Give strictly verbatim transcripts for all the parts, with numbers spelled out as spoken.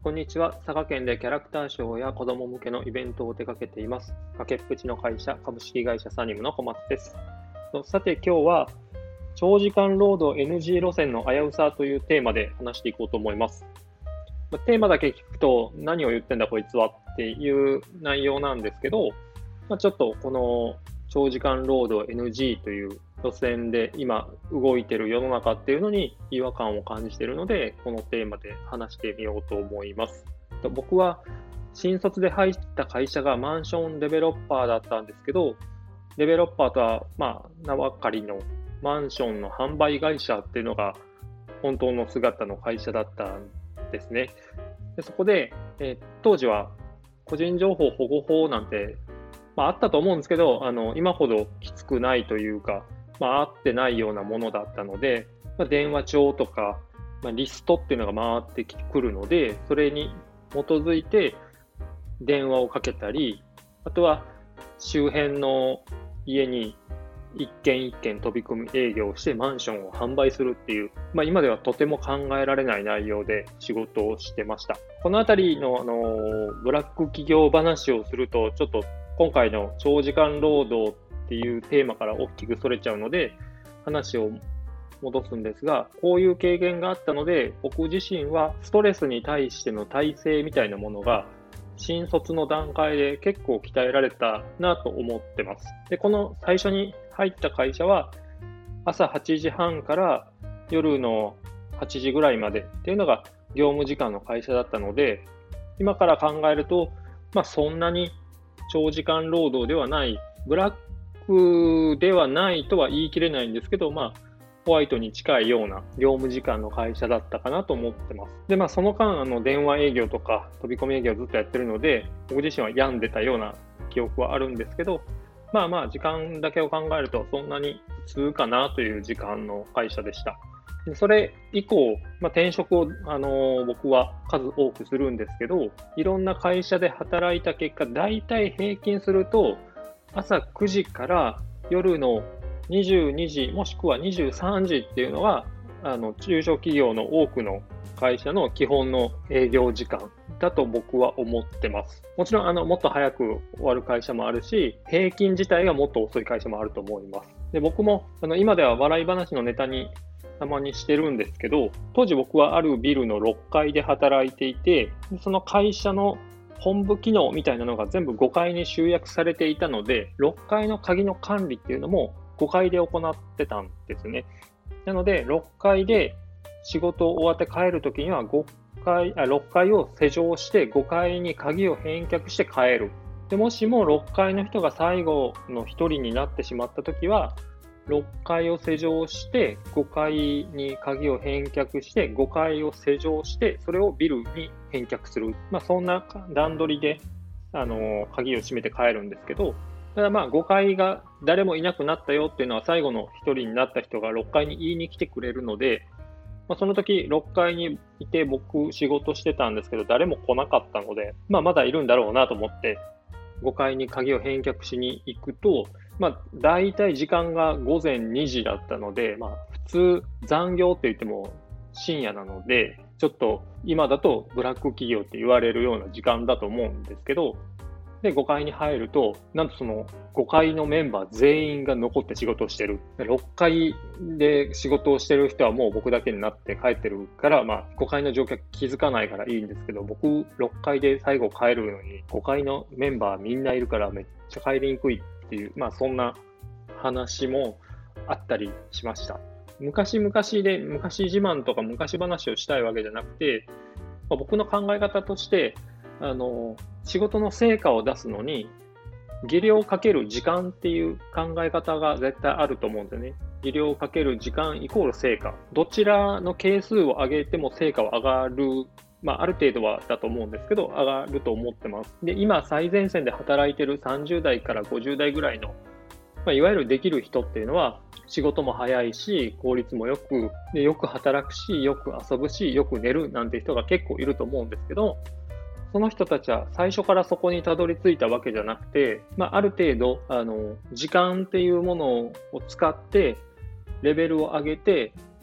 こんにちは。佐賀県でキャラクターショーや子供向けのイベントを手掛けています。崖っぷちの会社、株式会社サニムの小松です。さて今日は、長時間労働 エヌジー 路線の危うさというテーマで話していこうと思います。テーマだけ聞くと何を言ってんだこいつはっていう内容なんですけど、まあ、ちょっとこの長時間労働 エヌジー という路線で今動いている世の中っていうのに違和感を感じているので、このテーマで話してみようと思います。僕は新卒で入った会社がマンションデベロッパーだったんですけど、デベロッパーとはまあ名ばかりのマンションの販売会社っていうのが本当の姿の会社だったんですね。でそこで、えー、当時は個人情報保護法なんて、まあ、あったと思うんですけど、あの今ほどきつくないというか、まあ、合ってないようなものだったので、まあ、電話帳とか、まあ、リストっていうのが回ってくるので、それに基づいて電話をかけたり、あとは周辺の家に一軒一軒飛び込み営業をしてマンションを販売するっていう、まあ、今ではとても考えられない内容で仕事をしてました。このあたりの、あのブラック企業話をすると、ちょっと今回の長時間労働っていうテーマから大きくそれちゃうので、話を戻すんですが、こういう経験があったので、僕自身はストレスに対しての耐性みたいなものが新卒の段階で結構鍛えられたなと思ってます。で、この最初に入った会社は朝はちじはんから夜のはちじぐらいまでっていうのが業務時間の会社だったので、今から考えると、まあそんなに長時間労働ではない、ブラックではないとは言い切れないんですけど、まあホワイトに近いような業務時間の会社だったかなと思ってます。で、まあその間、あの電話営業とか飛び込み営業をずっとやってるので、僕自身は病んでたような記憶はあるんですけど、まあまあ時間だけを考えるとそんなに普通かなという時間の会社でした。でそれ以降、まあ、転職を、あのー、僕は数多くするんですけど、いろんな会社で働いた結果、だいたい平均すると朝くじから夜のにじゅうにじもしくはにじゅうさんじっていうのがあの中小企業の多くの会社の基本の営業時間だと僕は思ってます。もちろんあのもっと早く終わる会社もあるし、平均自体がもっと遅い会社もあると思います。で僕もあの今では笑い話のネタにたまにしてるんですけど、当時僕はあるビルのろっかいで働いていて、その会社の本部機能みたいなのが全部ごかいに集約されていたので、ろっかいの鍵の管理っていうのもごかいで行ってたんですね。なのでろっかいで仕事を終わって帰るときにはごかいあろっかいを施錠してごかいに鍵を返却して帰る。でもしもろっかいの人が最後のひとりになってしまったときは、ろっかいを施錠してごかいに鍵を返却してごかいを施錠してそれをビルに返却する。まあそんな段取りであの鍵を閉めて帰るんですけど、ただまあごかいが誰もいなくなったよっていうのは最後のひとりになった人がろっかいに言いに来てくれるので、まあ、その時ろっかいにいて僕仕事してたんですけど誰も来なかったので、まあ、まだいるんだろうなと思ってごかいに鍵を返却しに行くと、まあ、大体時間がごぜんにじだったので、まあ、普通残業って言っても深夜なのでちょっと今だとブラック企業って言われるような時間だと思うんですけど、でごかいに入ると、なんとそのごかいのメンバー全員が残って仕事をしてる。ろっかいで仕事をしてる人はもう僕だけになって帰ってるから、まあごかいの乗客気づかないからいいんですけど、僕ろっかいで最後帰るのにごかいのメンバーみんないるからめっちゃ帰りにくいっていう、まあそんな話もあったりしました。昔々で昔自慢とか昔話をしたいわけじゃなくて、まあ、僕の考え方としてあの仕事の成果を出すのに技量をかける時間っていう考え方が絶対あると思うんですよね。技量をかける時間イコール成果。どちらの係数を上げても成果は上がる、まあ、ある程度はだと思うんですけど、上がると思ってます。で、今最前線で働いてるさんじゅうだいからごじゅうだいぐらいの、まあ、いわゆるできる人っていうのは仕事も早いし、効率もよく、でよく働くし、よく遊ぶし、よく寝るなんて人が結構いると思うんですけど、その人たちは最初からそこにたどり着いたわけじゃなくて、まあ、ある程度あの時間っていうものを使ってレベルを上げて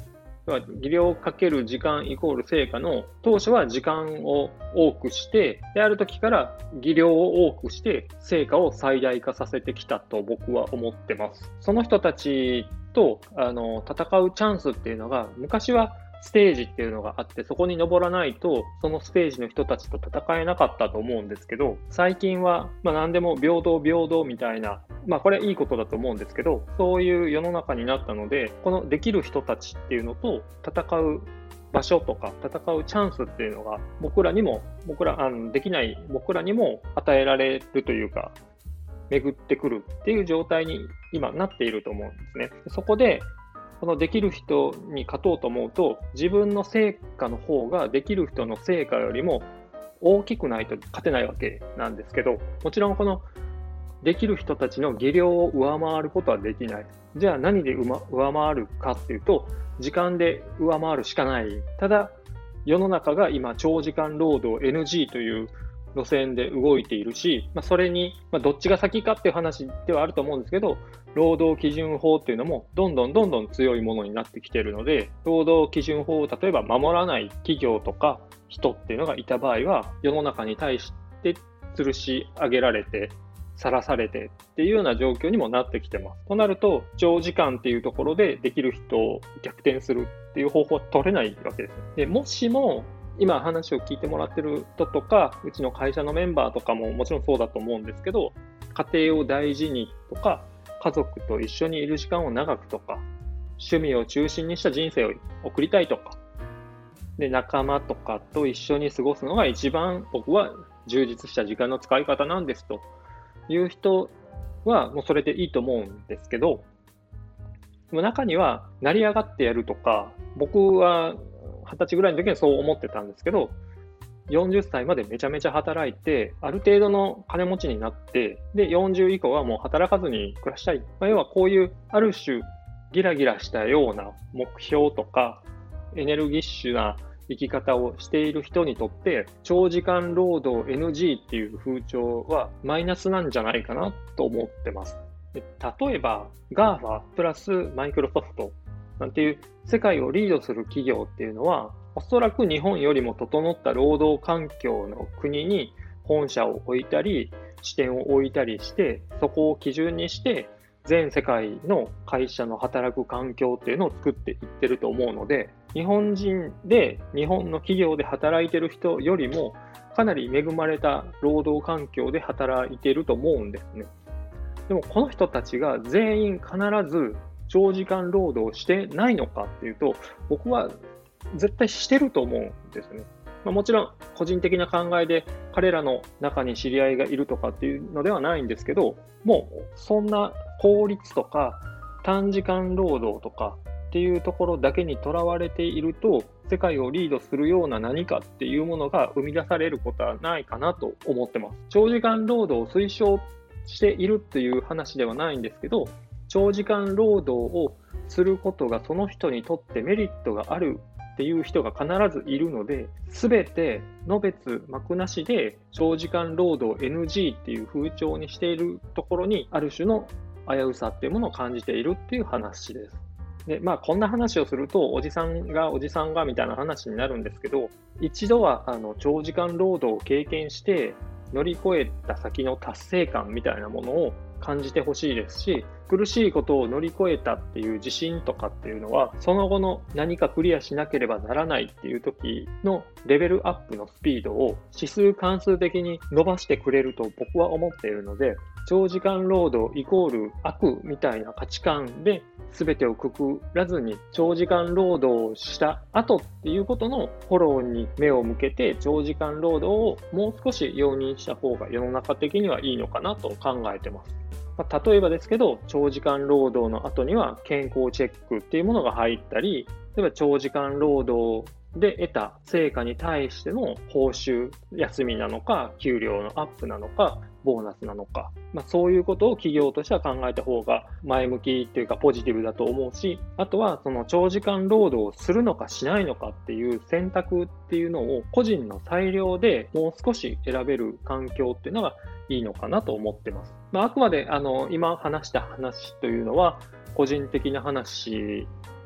技量かける時間イコール成果の、当初は時間を多くして、である時から技量を多くして成果を最大化させてきたと僕は思ってます。その人たちとあの戦うチャンスっていうのが、昔はステージっていうのがあって、そこに登らないとそのステージの人たちと戦えなかったと思うんですけど、最近はまあ何でも平等平等みたいな、まあこれはいいことだと思うんですけど、そういう世の中になったので、このできる人たちっていうのと戦う場所とか戦うチャンスっていうのが僕らにも、僕らあのできない僕らにも与えられるというか、巡ってくるっていう状態に今なっていると思うんですね。そこでこのできる人に勝とうと思うと、自分の成果の方ができる人の成果よりも大きくないと勝てないわけなんですけど、もちろんこのできる人たちの技量を上回ることはできない。じゃあ何で上回るかっていうと、時間で上回るしかない。ただ世の中が今長時間労働 エヌジー という路線で動いているし、まあ、それに、まあ、どっちが先かっていう話ではあると思うんですけど、労働基準法っていうのもどんどんどんどん強いものになってきているので、労働基準法を例えば守らない企業とか人っていうのがいた場合は、世の中に対して吊るし上げられて、さらされてっていうような状況にもなってきてます。となると、長時間っていうところでできる人を逆転するっていう方法は取れないわけです。で、もしも今話を聞いてもらってる人とか、うちの会社のメンバーとかももちろんそうだと思うんですけど、家庭を大事にとか、家族と一緒にいる時間を長くとか、趣味を中心にした人生を送りたいとか、で、仲間とかと一緒に過ごすのが一番僕は充実した時間の使い方なんですという人はもうそれでいいと思うんですけど、でも中には成り上がってやるとか、僕ははたちぐらいの時にそう思ってたんですけど、よんじゅっさいまでめちゃめちゃ働いて、ある程度の金持ちになって、で、よんじゅう以降はもう働かずに暮らしたい。まあ、要はこういうある種ギラギラしたような目標とか、エネルギッシュな生き方をしている人にとって、長時間労働 エヌジー っていう風潮はマイナスなんじゃないかなと思ってます。で例えば、ガーファ プラスマイクロソフトなんていう世界をリードする企業っていうのは、おそらく日本よりも整った労働環境の国に本社を置いたり、支店を置いたりして、そこを基準にして、全世界の会社の働く環境っていうのを作っていってると思うので、日本人で日本の企業で働いてる人よりもかなり恵まれた労働環境で働いていると思うんですね。でもこの人たちが全員必ず長時間労働してないのかっていうと、僕は絶対してると思うんですね。まあ、もちろん個人的な考えで彼らの中に知り合いがいるとかっていうのではないんですけど、もうそんな効率とか短時間労働とかっていうところだけにとらわれていると、世界をリードするような何かっていうものが生み出されることはないかなと思ってます。長時間労働を推奨しているっていう話ではないんですけど、長時間労働をすることがその人にとってメリットがあるっていう人が必ずいるので、全ての別幕なしで長時間労働 エヌジー っていう風潮にしているところにある種の危うさっていうものを感じているっていう話です。で、まあこんな話をするとおじさんがおじさんがみたいな話になるんですけど、一度はあの長時間労働を経験して乗り越えた先の達成感みたいなものを感じてほしいですし、苦しいことを乗り越えたっていう自信とかっていうのは、その後の何かクリアしなければならないっていう時のレベルアップのスピードを指数関数的に伸ばしてくれると僕は思っているので、長時間労働イコール悪みたいな価値観で全てをくくらずに、長時間労働をした後っていうことのフォローに目を向けて、長時間労働をもう少し容認した方が世の中的にはいいのかなと考えてます。まあ、例えばですけど、長時間労働の後には健康チェックっていうものが入ったり、例えば長時間労働で得た成果に対しての報酬、休みなのか、給料のアップなのか、ボーナスなのか、まあ、そういうことを企業としては考えた方が前向きというかポジティブだと思うし、あとはその長時間労働をするのかしないのかっていう選択っていうのを個人の裁量でもう少し選べる環境っていうのがいいのかなと思ってます。まあ、あくまであの今話した話というのは個人的な話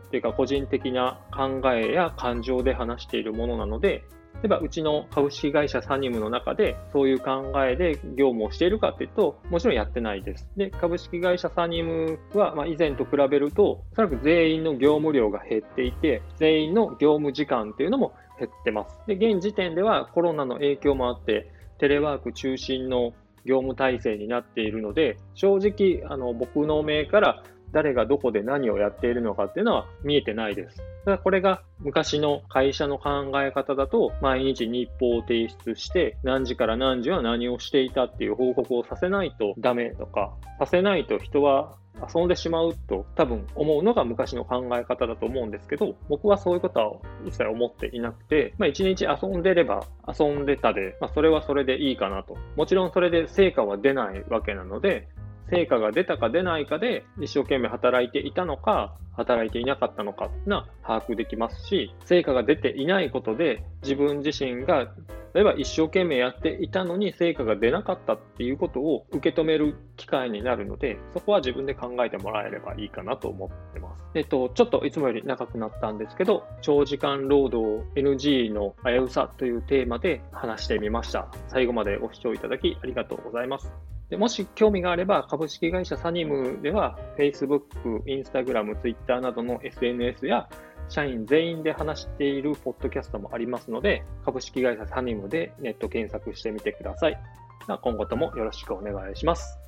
っていうか個人的な考えや感情で話しているものなので、例えばうちの株式会社サニムの中でそういう考えで業務をしているかというと、もちろんやってないです。で、株式会社サニムはまあ以前と比べると、おそらく全員の業務量が減っていて、全員の業務時間というのも減ってます。で、現時点ではコロナの影響もあって、テレワーク中心の業務体制になっているので、正直あの僕の目から誰がどこで何をやっているのかっていうのは見えてないです。だからこれが昔の会社の考え方だと、毎日日報を提出して何時から何時は何をしていたっていう報告をさせないとダメとか、させないと人は遊んでしまうと多分思うのが昔の考え方だと思うんですけど、僕はそういうことは一切思っていなくて、まあ一日遊んでれば遊んでたで、まあそれはそれでいいかなと。もちろんそれで成果は出ないわけなので、成果が出たか出ないかで一生懸命働いていたのか働いていなかったのかが把握できますし、成果が出ていないことで自分自身が例えば一生懸命やっていたのに成果が出なかったっていうことを受け止める機会になるので、そこは自分で考えてもらえればいいかなと思ってます。えっと、ちょっといつもより長くなったんですけど、長時間労働 エヌジー の危うさというテーマで話してみました。最後までご視聴いただきありがとうございます。でもし興味があれば、株式会社サニムでは Facebook、Instagram、Twitter などの エスエヌエス や社員全員で話しているポッドキャストもありますので、株式会社サニムでネット検索してみてください。今後ともよろしくお願いします。